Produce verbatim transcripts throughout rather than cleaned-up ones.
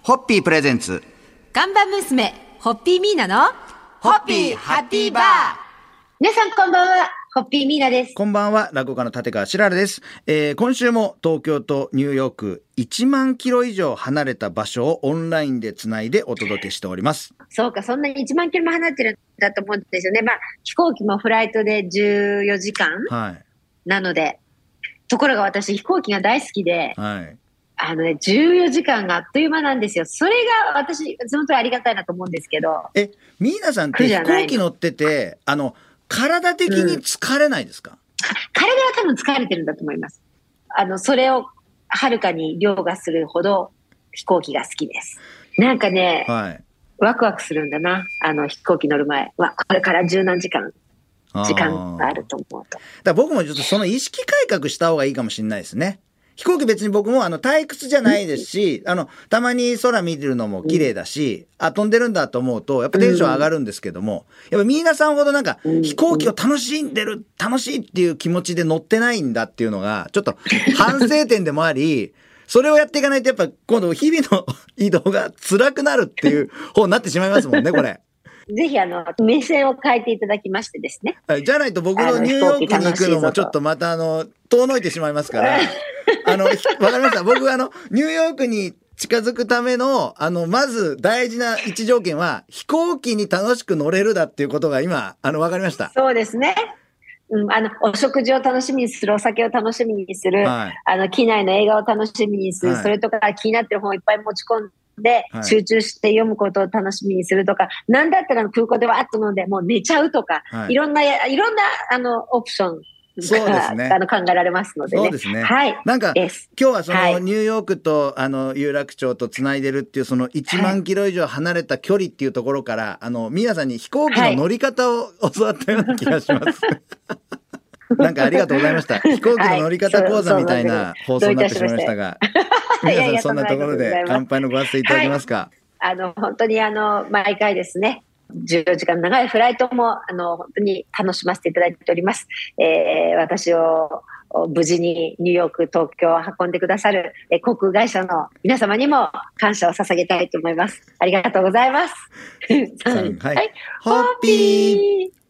ホッピープレゼンツ看板娘ホッピーミーナのホッピーハッピーバー。 皆さんこんばんは、ホッピーミーナです。 こんばんは、落語家の立川しららです、えー、今週も東京とニューヨークいちまんキロ以上離れた場所をオンラインでつないでお届けしております。 そうか、そんなにいちまんキロも離れてるんだと思うんですよね。まあ飛行機もフライトでじゅうよじかんなので、はい、ところが私飛行機が大好きで、はいあのね、じゅうよじかんがあっという間なんですよ。それが私その通りありがたいなと思うんですけど。 え、ミーナさんって飛行機乗っててあの体的に疲れないですか？うん、 体は多分疲れてるんだと思います。あのそれをはるかに凌駕するほど飛行機が好きです。なんかね、はい、ワクワクするんだな、あの飛行機乗る前は。これから十何時間時間があると思うと。だから僕もちょっとその意識改革した方がいいかもしれないですね。飛行機別に僕もあの退屈じゃないですし、あのたまに空見てるのも綺麗だし、うん、あ飛んでるんだと思うとやっぱテンション上がるんですけども、うん、やっぱミーナさんほどなんか飛行機を楽しんでる、楽しいっていう気持ちで乗ってないんだっていうのがちょっと反省点でもありそれをやっていかないとやっぱ今度日々の移動が辛くなるっていう方になってしまいますもんねこれ。 ぜひあの目線を変えていただきましてですね、 はい、じゃないと僕のニューヨークに行くのもちょっとまたあの遠のいてしまいますからあのわかりました。僕あのニューヨークに近づくためのあのまず大事な一条件は飛行機に楽しく乗れるだっていうことが今あの分かりました。 そうですね、うん、あのお食事を楽しみにする、お酒を楽しみにする、はい、あの機内の映画を楽しみにする、はい、それとか気になってる本をいっぱい持ち込んで、はい、集中して読むことを楽しみにするとか、なんだったら空港でわーっと飲んでもう寝ちゃうとか、はい、いろんないろんなあのオプションそうですね、 あの考えられますのでね。 そうですね、 はい、 なんか今日はそのニューヨークとあの有楽町とつないでるっていうそのいちまんキロ以上離れた距離っていうところから、はい、あの皆さんに飛行機の乗り方を教わったような気がします、はいなんかありがとうございました。飛行機の乗り方講座みたいな放送になってしまいましたが、皆さんそんなところで乾杯のご発声いただけますか？ はい、あの本当にあの毎回ですね、じゅうよじかん長いフライトもあの本当に楽しませていただいております。えー、私を無事にニューヨーク、東京を運んでくださる、えー、航空会社の皆様にも感謝を捧げたいと思います。ありがとうございます。 はい、ホッピー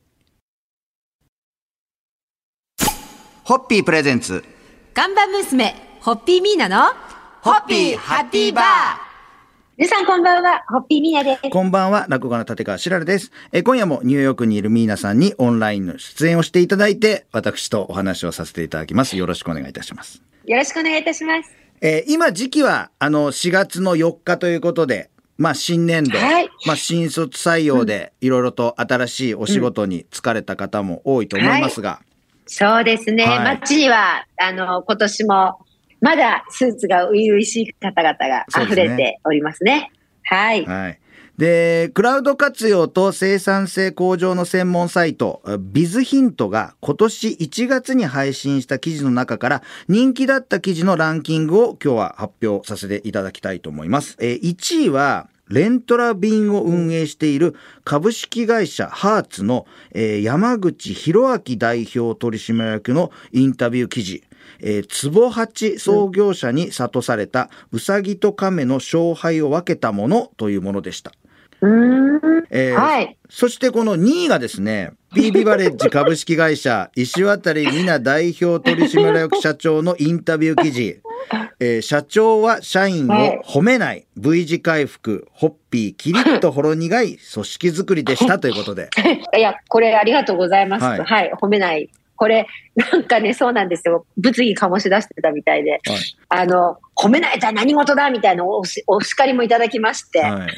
ホッピープレゼンツ看板娘ホッピーミーナのホッピーハッピーバー。 皆さんこんばんは、ホッピーミーナです。 こんばんは、落語家の立川しららです。え今夜もニューヨークにいるミーナさんにオンラインの出演をしていただいて、私とお話をさせていただきます。よろしくお願いいたします。 よろしくお願いいたします。 えー、今時期はあのしがつのよっかということで、まあ新年度、はい、まあ新卒採用でいろいろと新しいお仕事に就かれた方も多いと思いますが、うんはいそうですね、はい、街にはあの今年もまだスーツが初々しい方々が溢れておりますね。はい、はい、 でクラウド活用と生産性向上の専門サイトビズヒントが今年いちがつに配信した記事の中から人気だった記事のランキングを今日は発表させていただきたいと思います。えいちいはレントラ便を運営している株式会社ハーツの、えー、山口博明代表取締役のインタビュー記事、えー、壺八創業者に諭されたウサギと亀の勝敗を分けたものというものでした。 うーん、 えーはい、 そしてこのにいがですね B ビバレッジ株式会社石渡美奈代表取締役社長のインタビュー記事えー、社長は社員を褒めない、はい、V 字回復ホッピーキリッとほろ苦い組織づくりでしたということでいやこれありがとうございます。はい、はい、褒めないこれなんかねそうなんですよ、物議醸し出してたみたいで、はい、あの褒めないとは何事だみたいなおしお叱りもいただきまして、はい、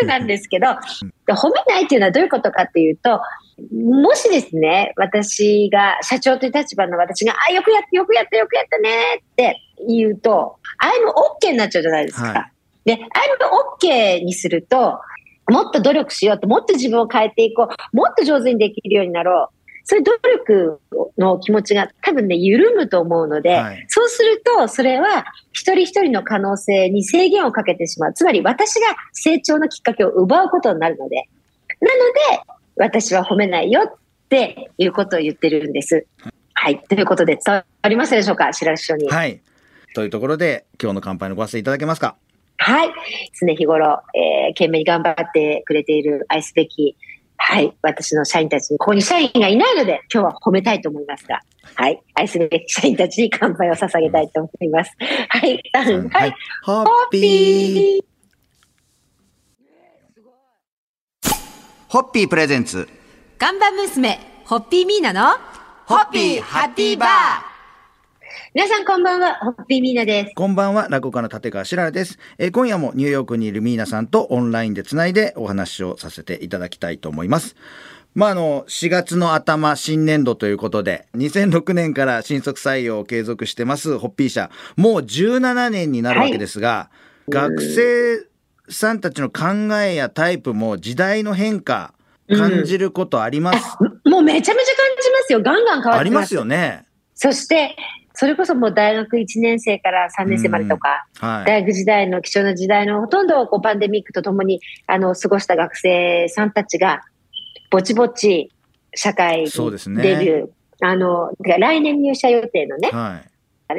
なんですけど褒めないっていうのはどういうことかっていうと、もしですね私が社長という立場の私があよくやってよくやったよくやったねって言うと I'm OK になっちゃうじゃないですか、はい、で I'm OK にするともっと努力しようと、もっと自分を変えていこう、もっと上手にできるようになろう、そういう努力の気持ちが多分ね緩むと思うので、はい、そうするとそれは一人一人の可能性に制限をかけてしまう、つまり私が成長のきっかけを奪うことになるので、なので私は褒めないよっていうことを言ってるんです。はい、ということで伝わりましたでしょうか、白石師匠に。 はい、というところで今日の乾杯のご発声いただけますか？ はい。常日頃、えー、懸命に頑張ってくれている愛すべき、はい。私の社員たちに、ここに社員がいないので、今日は褒めたいと思いますが、はい。愛すべき社員たちに乾杯を捧げたいと思います。はい。はい。はい、 ホッピー。ホッピープレゼンツ。 ガンバ娘、ホッピーミーナの、 ホッピーハッピーバー。 皆さんこんばんは、ホッピーミーナです。 こんばんは、落語家の立川しららです。えー、今夜もニューヨークにいるミーナさんとオンラインでつないでお話をさせていただきたいと思います。まあ、あのしがつの頭、新年度ということでにせんろくねんから新卒採用を継続してますホッピー社、もうじゅうななねんになるわけですが、はい、学生さんたちの考えやタイプも時代の変化感じることあります、 うん、もうめちゃめちゃ感じますよ。ガンガン変わってます。 ありますよね。 そしてそれこそもう大学いちねん生からさんねん生までとか、はい、大学時代の貴重な時代のほとんどをこうパンデミックとともにあの過ごした学生さんたちがぼちぼち社会デビュー、ね、あの来年入社予定のね、はい、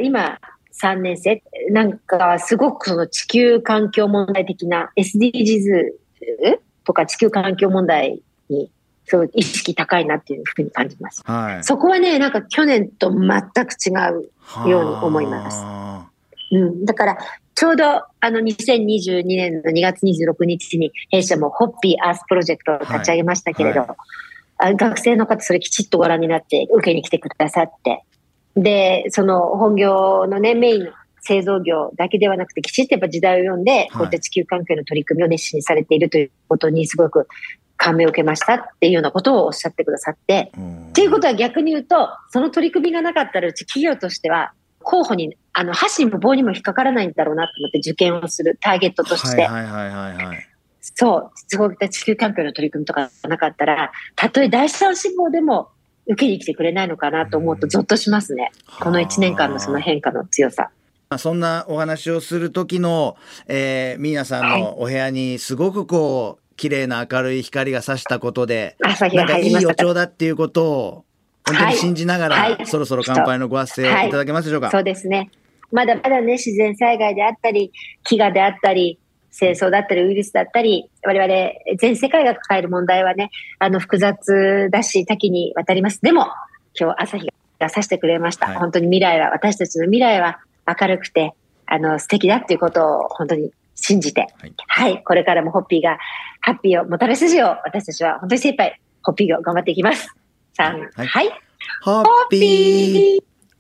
今さんねん生なんかすごくその地球環境問題的な エスディージーズ とか地球環境問題にそう意識高いなっていうふうに感じます、はい、そこはねなんか去年と全く違うように思います、うん、だからちょうどあのにせんにじゅうにねんのにがつにじゅうろくにちに弊社もホッピーアースプロジェクトを立ち上げましたけれど、はいはい、学生の方それきちっとご覧になって受けに来てくださって、でその本業のねメインの製造業だけではなくてきちっとやっぱ時代を読んで、はい、こういった地球環境の取り組みを熱心にされているということにすごく感銘を受けましたっていうようなことをおっしゃってくださって、っていうことは逆に言うとその取り組みがなかったらうち企業としては候補にあの箸にも棒にも引っかからないんだろうなと思って受験をするターゲットとして、はいはいはいはいはい、そうそういった地球環境の取り組みとかなかったらたとえ第三志望でも受けに来てくれないのかなと思うとゾッとしますね、このいちねんかんのその変化の強さ。 そんなお話をする時の、えー、ミーナさんのお部屋にすごくこう綺麗な明るい光が差したことで、 朝日が入りました。なんかいい予兆だっていうことを本当に信じながら、はい、そろそろ乾杯のご発声いただけますでしょうか。 はい、そうですね。まだまだね自然災害であったり飢餓であったり戦争だったりウイルスだったり我々全世界が抱える問題はねあの複雑だし多岐にわたります。でも今日朝日が差してくれました、はい、本当に未来は私たちの未来は明るくてあの素敵だっていうことを本当に信じて、はい、はい、これからもホッピーがハッピーをもたらすよう私たちは本当に精一杯ホッピーを頑張っていきます。さん、はい、はい、 ホッピー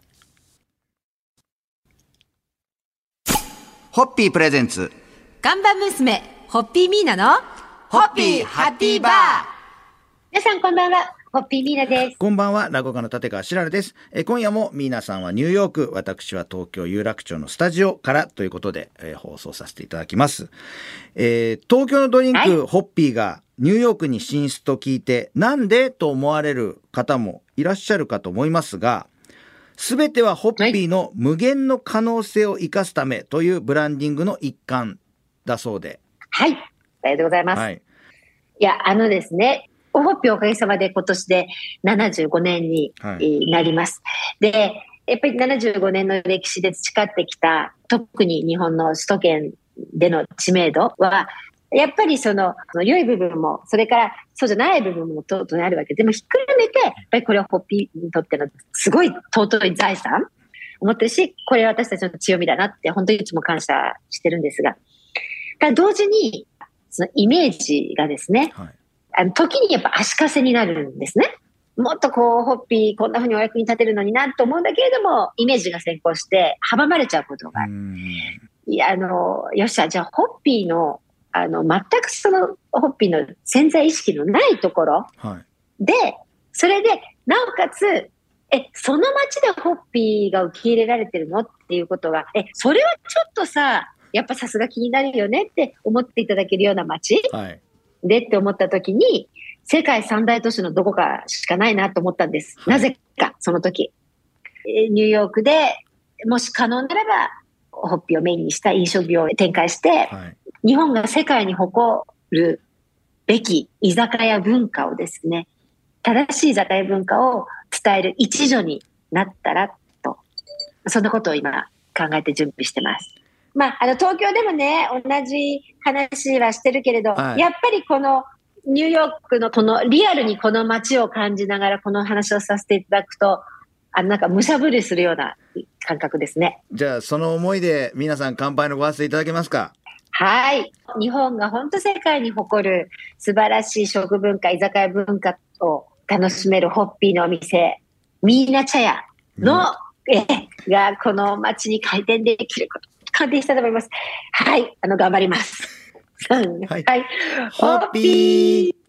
ホッピープレゼンツガンバ娘ホッピーミーナのホッピーハッピーバー。 皆さんこんばんは、ホッピーミーナです。 こんばんは、落語家の立川しららです。え今夜もミーナさんはニューヨーク、私は東京有楽町のスタジオからということで、えー、放送させていただきます、えー、東京のドリンク、はい、ホッピーがニューヨークに進出と聞いてなんでと思われる方もいらっしゃるかと思いますが、すべてはホッピーの無限の可能性を生かすためというブランディングの一環だそうで。 はい、ありがとうございます、はい、いやあのですねホッピーおかげさまで今年でななじゅうごねんになります、はい、でやっぱりななじゅうごねんの歴史で培ってきた特に日本の首都圏での知名度はやっぱりその良い部分もそれからそうじゃない部分もとうとうあるわけでもひっくるめてやっぱりこれはホッピーにとってのすごい尊い財産思ってるし、これは私たちの強みだなって本当にいつも感謝してるんですが、ただ同時にそのイメージがですね、はい、あの時にやっぱ足かせになるんですね。もっとこうホッピーこんな風にお役に立てるのになと思うんだけれどもイメージが先行して阻まれちゃうことがある。いやあのよっしゃじゃあホッピーのあの全くそのホッピーの潜在意識のないところ、はい、でそれでなおかつえその街でホッピーが受け入れられてるのっていうことがえそれはちょっとさやっぱさすが気になるよねって思っていただけるような街、はい、でって思った時に世界三大都市のどこかしかないなと思ったんです、はい、なぜかその時ニューヨークでもし可能ならばホッピーをメインにした飲食業を展開して、はい、日本が世界に誇るべき居酒屋文化をですね正しい居酒屋文化を伝える一助になったらとそんなことを今考えて準備してます。 まあ、あの東京でもね同じ話はしてるけれど、はい、やっぱりこのニューヨークのこのリアルにこの街を感じながらこの話をさせていただくと、あのなんか武者震いするような感覚ですね。 じゃあその思いで皆さん乾杯のご発声いただけますか。 はい。日本が本当世界に誇る素晴らしい食文化、居酒屋文化を楽しめるホッピーのお店、ミーナ茶屋の、うん、えがこの街に開店できること、開店したいと思います。はい。あの、頑張ります。はい。はい、 ホッピー。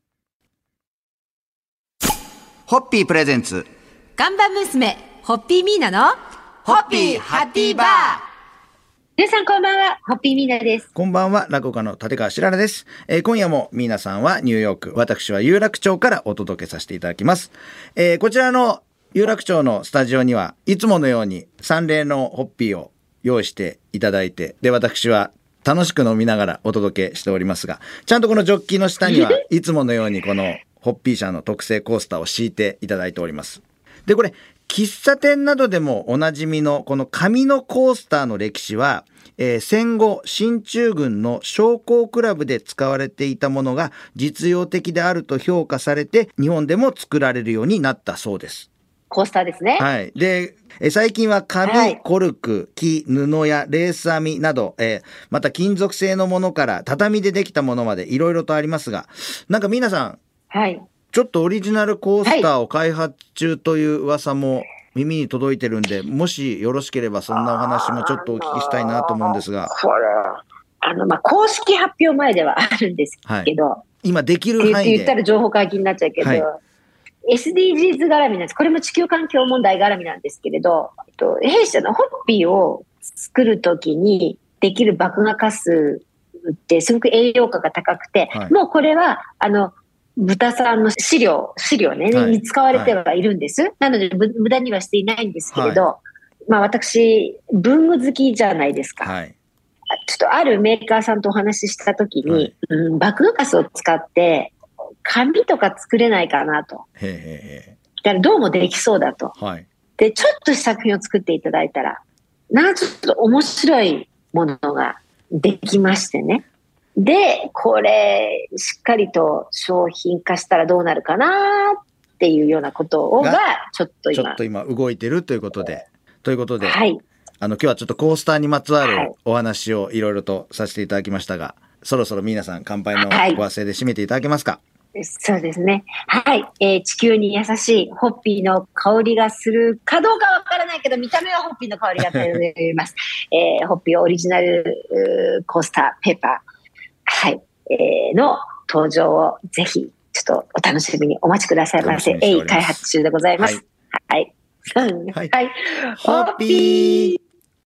ホッピープレゼンツ。 看板娘、ホッピーミーナのホッピーハッピーバー。 皆さんこんばんは、ホッピーミーナです。 こんばんは、落語家の立川しららです、えー、今夜もミーナさんはニューヨーク、私は有楽町からお届けさせていただきます、えー、こちらの有楽町のスタジオにはいつものようにさんれいのホッピーを用意していただいて、で私は楽しく飲みながらお届けしておりますが、ちゃんとこのジョッキの下にはいつものようにこのホッピー社の特製コースターを敷いていただいております。でこれ喫茶店などでもおなじみのこの紙のコースターの歴史は、えー、戦後進駐軍の将校クラブで使われていたものが実用的であると評価されて日本でも作られるようになったそうです。 コースターですね。 はい。で、え最近は紙、はい、コルク、木、布やレース編みなど、えー、また金属製のものから畳でできたものまでいろいろとありますが、なんか皆さん、 はい、 ちょっとオリジナルコースターを開発中という噂も耳に届いてるんで、もしよろしければそんなお話もちょっとお聞きしたいなと思うんですが。 これあの、まあ、公式発表前ではあるんですけど、はい、 今できる範囲でって言ったら情報解禁になっちゃうけど、はい、エスディージーズ 絡みなんです。これも地球環境問題絡みなんですけれど、弊社のホッピーを作るときにできる麦芽かすってすごく栄養価が高くて、はい、もうこれはあの豚さんの飼料、飼料ね、はい、に使われてはいるんです。はい、なので無駄にはしていないんですけれど、はい、まあ私文具好きじゃないですか。はい、ちょっとあるメーカーさんとお話ししたときに、はい、うん、麦芽かすを使って紙とか作れないかなと。へーへーへー。だからどうもできそうだと。はい、で、ちょっとした作品を作っていただいたら、なんかちょっと面白いものができましてね。で、これ、しっかりと商品化したらどうなるかなっていうようなことをが、ちょっと今。 ちょっと今動いてるということで。ということで、はい、あの今日はちょっとコースターにまつわるお話をいろいろとさせていただきましたが、はい、そろそろ皆さん乾杯のご発声で締めていただけますか。 はい、そうですね。はい、えー。地球に優しいホッピーの香りがするかどうかわからないけど、見た目はホッピーの香りがするます。えー、ホッピーオリジナルコースターペーパー。はい、えー、の登場をぜひちょっとお楽しみにお待ちくださいませ。鋭意開発中でございます。はい。はい。はい、はい、ホッピー